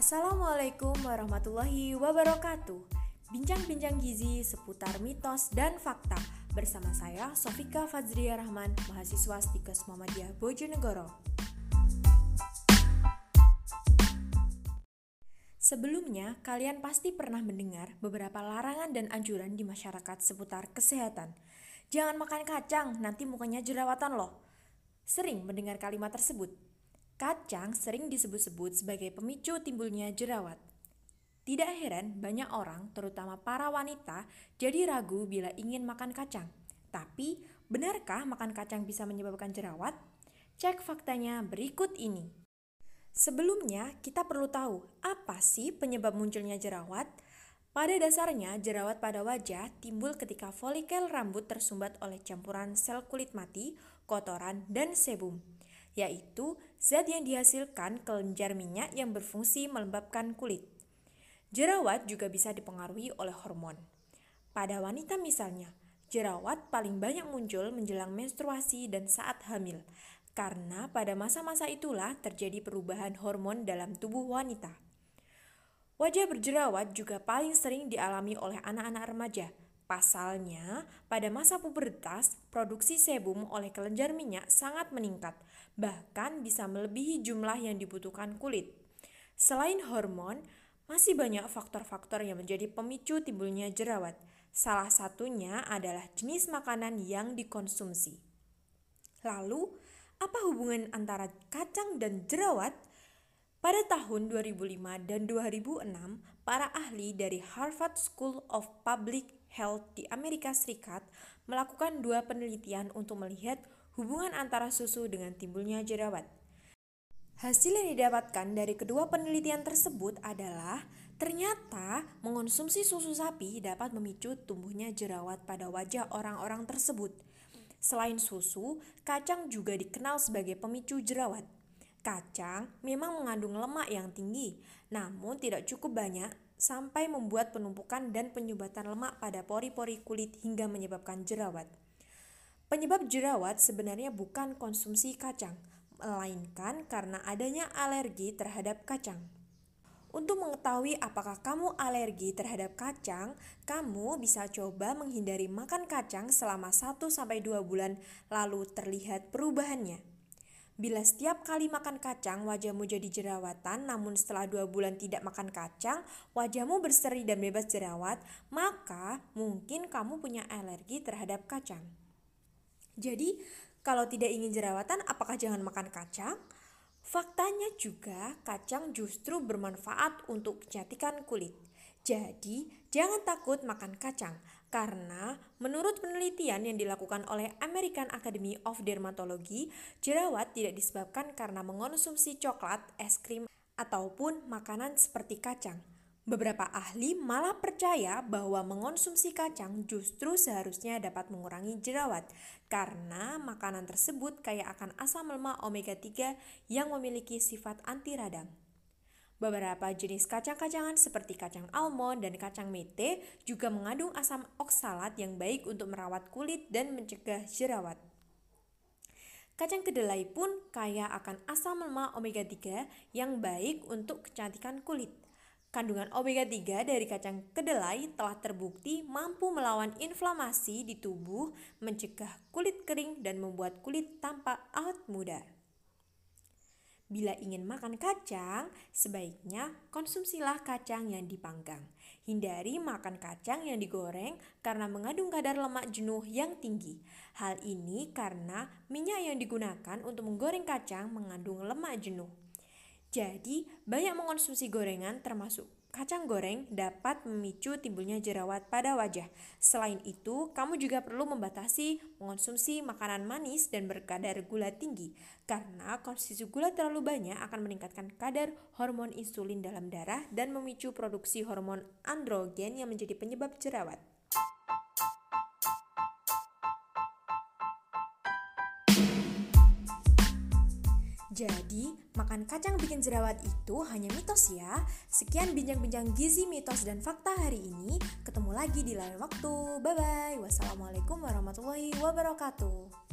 Assalamualaikum warahmatullahi wabarakatuh. Bincang-bincang gizi seputar mitos dan fakta bersama saya Sofika Fadzria Rahman, mahasiswa Stikes Muhammadiyah Bojonegoro. Sebelumnya, kalian pasti pernah mendengar beberapa larangan dan anjuran di masyarakat seputar kesehatan. Jangan makan kacang, nanti mukanya jerawatan loh. Sering mendengar kalimat tersebut. Kacang sering disebut-sebut sebagai pemicu timbulnya jerawat. Tidak heran banyak orang, terutama para wanita, jadi ragu bila ingin makan kacang. Tapi, benarkah makan kacang bisa menyebabkan jerawat? Cek faktanya berikut ini. Sebelumnya, kita perlu tahu apa sih penyebab munculnya jerawat? Pada dasarnya, jerawat pada wajah timbul ketika folikel rambut tersumbat oleh campuran sel kulit mati, kotoran, dan sebum, yaitu zat yang dihasilkan kelenjar minyak yang berfungsi melembabkan kulit. Jerawat juga bisa dipengaruhi oleh hormon. Pada wanita misalnya, jerawat paling banyak muncul menjelang menstruasi dan saat hamil, karena pada masa-masa itulah terjadi perubahan hormon dalam tubuh wanita. Wajah berjerawat juga paling sering dialami oleh anak-anak remaja. Pasalnya, pada masa pubertas, produksi sebum oleh kelenjar minyak sangat meningkat, bahkan bisa melebihi jumlah yang dibutuhkan kulit. Selain hormon, masih banyak faktor-faktor yang menjadi pemicu timbulnya jerawat. Salah satunya adalah jenis makanan yang dikonsumsi. Lalu, apa hubungan antara kacang dan jerawat? Pada tahun 2005 dan 2006, para ahli dari Harvard School of Public Health di Amerika Serikat melakukan 2 penelitian untuk melihat hubungan antara susu dengan timbulnya jerawat. Hasil yang didapatkan dari kedua penelitian tersebut adalah ternyata mengonsumsi susu sapi dapat memicu tumbuhnya jerawat pada wajah orang-orang tersebut. Selain susu, kacang juga dikenal sebagai pemicu jerawat. Kacang memang mengandung lemak yang tinggi, namun tidak cukup banyak sampai membuat penumpukan dan penyumbatan lemak pada pori-pori kulit hingga menyebabkan jerawat. Penyebab jerawat sebenarnya bukan konsumsi kacang, melainkan karena adanya alergi terhadap kacang. Untuk mengetahui apakah kamu alergi terhadap kacang, kamu bisa coba menghindari makan kacang selama 1-2 bulan lalu terlihat perubahannya. Bila setiap kali makan kacang wajahmu jadi jerawatan, namun setelah 2 bulan tidak makan kacang, wajahmu berseri dan bebas jerawat, maka mungkin kamu punya alergi terhadap kacang. Jadi, kalau tidak ingin jerawatan, apakah jangan makan kacang? Faktanya juga, kacang justru bermanfaat untuk kecantikan kulit. Jadi, jangan takut makan kacang, karena menurut penelitian yang dilakukan oleh American Academy of Dermatology, jerawat tidak disebabkan karena mengonsumsi coklat, es krim, ataupun makanan seperti kacang. Beberapa ahli malah percaya bahwa mengonsumsi kacang justru seharusnya dapat mengurangi jerawat, karena makanan tersebut kaya akan asam lemak omega 3 yang memiliki sifat anti radang. Beberapa jenis kacang-kacangan seperti kacang almond dan kacang mete juga mengandung asam oksalat yang baik untuk merawat kulit dan mencegah jerawat. Kacang kedelai pun kaya akan asam lemak omega 3 yang baik untuk kecantikan kulit. Kandungan omega 3 dari kacang kedelai telah terbukti mampu melawan inflamasi di tubuh, mencegah kulit kering dan membuat kulit tampak awet muda. Bila ingin makan kacang, sebaiknya konsumsilah kacang yang dipanggang. Hindari makan kacang yang digoreng karena mengandung kadar lemak jenuh yang tinggi. Hal ini karena minyak yang digunakan untuk menggoreng kacang mengandung lemak jenuh. Jadi, banyak mengonsumsi gorengan termasuk kacang goreng dapat memicu timbulnya jerawat pada wajah. Selain itu, kamu juga perlu membatasi mengonsumsi makanan manis dan berkadar gula tinggi, karena konsumsi gula terlalu banyak akan meningkatkan kadar hormon insulin dalam darah dan memicu produksi hormon androgen yang menjadi penyebab jerawat. Jadi, makan kacang bikin jerawat itu hanya mitos ya. Sekian bincang-bincang gizi, mitos, dan fakta hari ini. Ketemu lagi di lain waktu. Bye-bye. Wassalamualaikum warahmatullahi wabarakatuh.